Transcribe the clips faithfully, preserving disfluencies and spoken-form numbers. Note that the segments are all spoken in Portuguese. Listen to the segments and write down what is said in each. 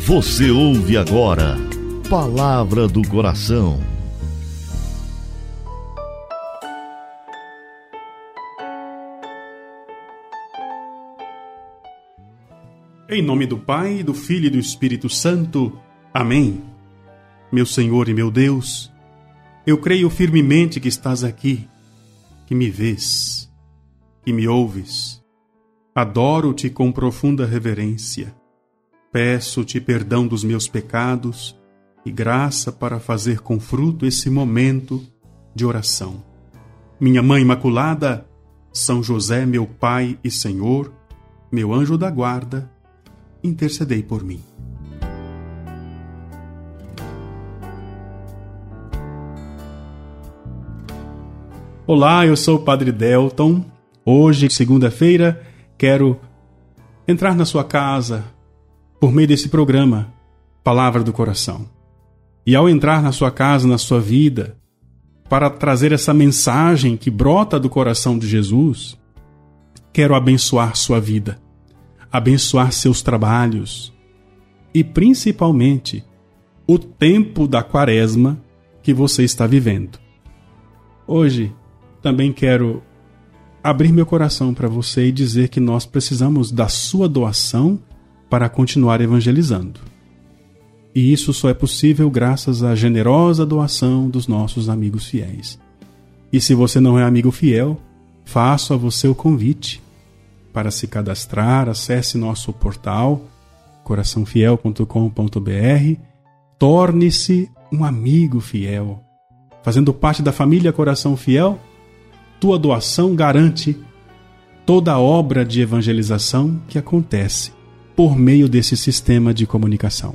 Você ouve agora Palavra do Coração. Em nome do Pai, do Filho e do Espírito Santo. Amém. Meu Senhor e meu Deus, eu creio firmemente que estás aqui, que me vês, que me ouves. Adoro-te com profunda reverência. Peço-te perdão dos meus pecados e graça para fazer com fruto esse momento de oração. Minha Mãe Imaculada, São José, meu Pai e Senhor, meu anjo da guarda, intercedei por mim. Olá, eu sou o Padre Delton. Hoje, segunda-feira, quero entrar na sua casa por meio desse programa, Palavra do Coração. E ao entrar na sua casa, na sua vida, para trazer essa mensagem que brota do coração de Jesus, quero abençoar sua vida, abençoar seus trabalhos e, principalmente, o tempo da Quaresma que você está vivendo. Hoje, também quero abrir meu coração para você e dizer que nós precisamos da sua doação para continuar evangelizando. E isso só é possível graças à generosa doação dos nossos amigos fiéis. E se você não é amigo fiel, faço a você o convite para se cadastrar. Acesse nosso portal coração fiel ponto com ponto b r, torne-se um amigo fiel. Fazendo parte da família Coração Fiel, tua doação garante toda a obra de evangelização que acontece por meio desse sistema de comunicação.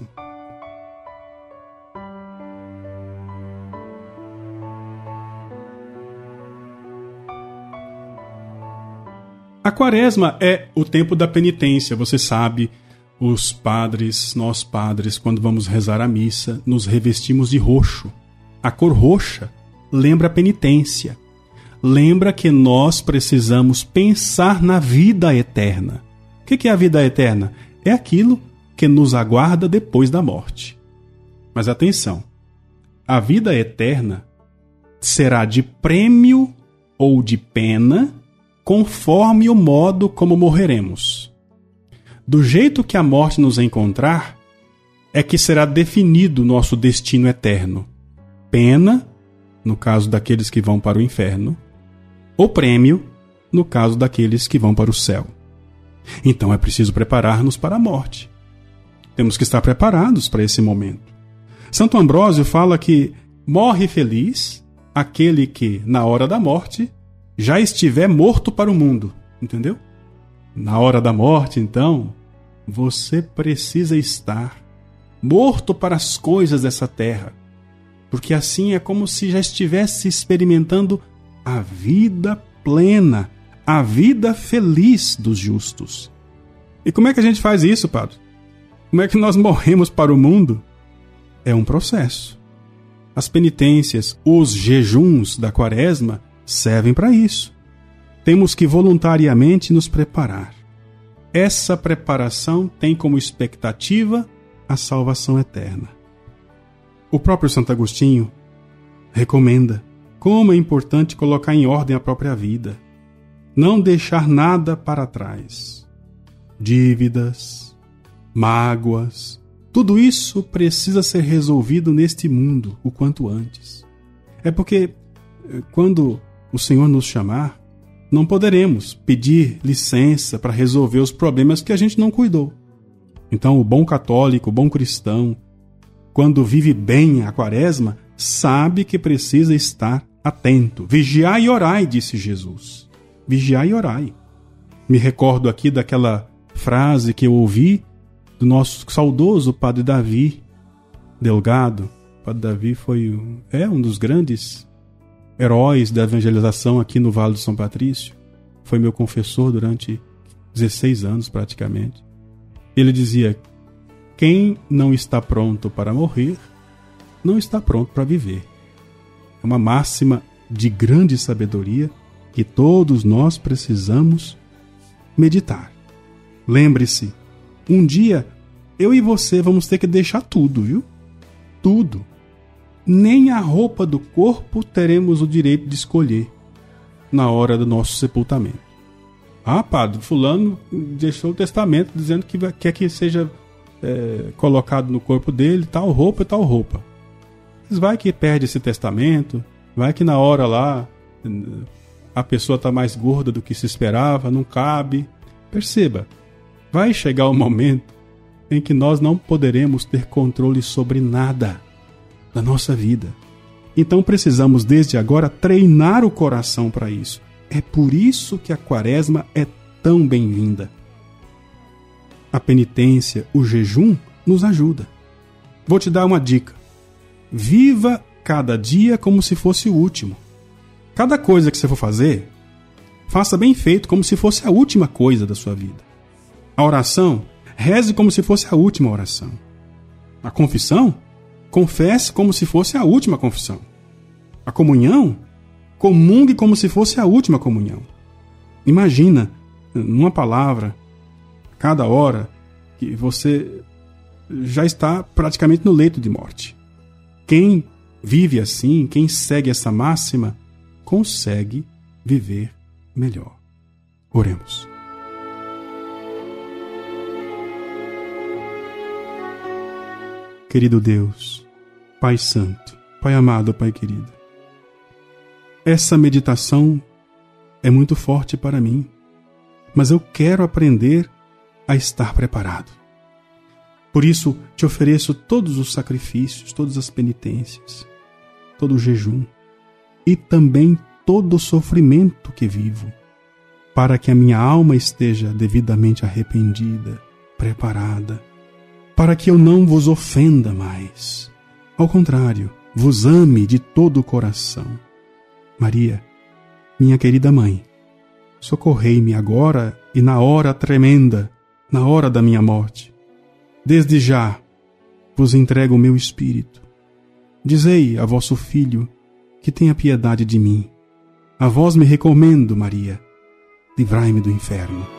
A Quaresma é o tempo da penitência. Você sabe, os padres, nós padres, quando vamos rezar a missa, nos revestimos de roxo. A cor roxa lembra a penitência. Lembra que nós precisamos pensar na vida eterna. O que é a vida eterna? É aquilo que nos aguarda depois da morte. Mas atenção, a vida eterna será de prêmio ou de pena conforme o modo como morreremos. Do jeito que a morte nos encontrar, é que será definido nosso destino eterno. Pena, no caso daqueles que vão para o inferno, ou prêmio, no caso daqueles que vão para o céu. Então é preciso preparar-nos para a morte. Temos que estar preparados para esse momento. Santo Ambrósio fala que morre feliz aquele que, na hora da morte, já estiver morto para o mundo. Entendeu? Na hora da morte, então, você precisa estar morto para as coisas dessa terra. Porque assim é como se já estivesse experimentando a vida plena, a vida feliz dos justos. E como é que a gente faz isso, padre? Como é que nós morremos para o mundo? É um processo. As penitências, os jejuns da Quaresma servem para isso. Temos que voluntariamente nos preparar. Essa preparação tem como expectativa a salvação eterna. O próprio Santo Agostinho recomenda como é importante colocar em ordem a própria vida. Não deixar nada para trás. Dívidas, mágoas, tudo isso precisa ser resolvido neste mundo o quanto antes. É porque, quando o Senhor nos chamar, não poderemos pedir licença para resolver os problemas que a gente não cuidou. Então, o bom católico, o bom cristão, quando vive bem a Quaresma, sabe que precisa estar atento. Vigiai e orai, disse Jesus. Vigiai e orai. Me recordo aqui daquela frase que eu ouvi do nosso saudoso Padre Davi Delgado. O Padre Davi foi um, é um dos grandes heróis da evangelização aqui no Vale do São Patrício. Foi meu confessor durante dezesseis anos praticamente. Ele dizia: quem não está pronto para morrer, não está pronto para viver. É uma máxima de grande sabedoria que todos nós precisamos meditar. Lembre-se, um dia eu e você vamos ter que deixar tudo, viu? Tudo. Nem a roupa do corpo teremos o direito de escolher na hora do nosso sepultamento. Ah, padre, fulano deixou o testamento dizendo que quer que seja é, colocado no corpo dele tal roupa e tal roupa. Mas vai que perde esse testamento, vai que na hora lá a pessoa está mais gorda do que se esperava, não cabe. Perceba, vai chegar o momento em que nós não poderemos ter controle sobre nada da nossa vida. Então precisamos desde agora treinar o coração para isso. É por isso que a quaresma é tão bem-vinda. A penitência, o jejum, nos ajuda. Vou te dar uma dica. Viva cada dia como se fosse o último. Cada coisa que você for fazer, faça bem feito como se fosse a última coisa da sua vida. A oração, reze como se fosse a última oração. A confissão, confesse como se fosse a última confissão. A comunhão, comungue como se fosse a última comunhão. Imagina, numa palavra, cada hora, que você já está praticamente no leito de morte. Quem vive assim, quem segue essa máxima, consegue viver melhor. Oremos. Querido Deus, Pai Santo, Pai amado, Pai querido, essa meditação é muito forte para mim, mas eu quero aprender a estar preparado. Por isso, te ofereço todos os sacrifícios, todas as penitências, todo o jejum e também todo o sofrimento que vivo, para que a minha alma esteja devidamente arrependida, preparada, para que eu não vos ofenda mais. Ao contrário, vos ame de todo o coração. Maria, minha querida mãe, socorrei-me agora e na hora tremenda, na hora da minha morte. Desde já vos entrego o meu espírito. Dizei a vosso Filho que tenha piedade de mim. A vós me recomendo, Maria. Livrai-me do inferno.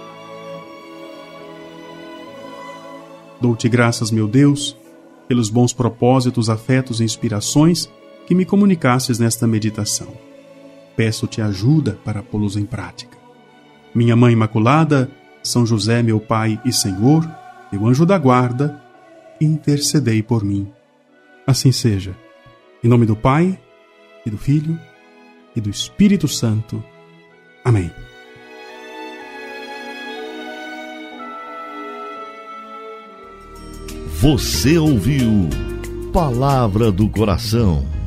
Dou-te graças, meu Deus, pelos bons propósitos, afetos e inspirações que me comunicastes nesta meditação. Peço-te ajuda para pô-los em prática. Minha Mãe Imaculada, São José, meu Pai e Senhor, meu anjo da guarda, intercedei por mim. Assim seja. Em nome do Pai, e do Filho, e do Espírito Santo. Amém. Você ouviu Palavra do Coração.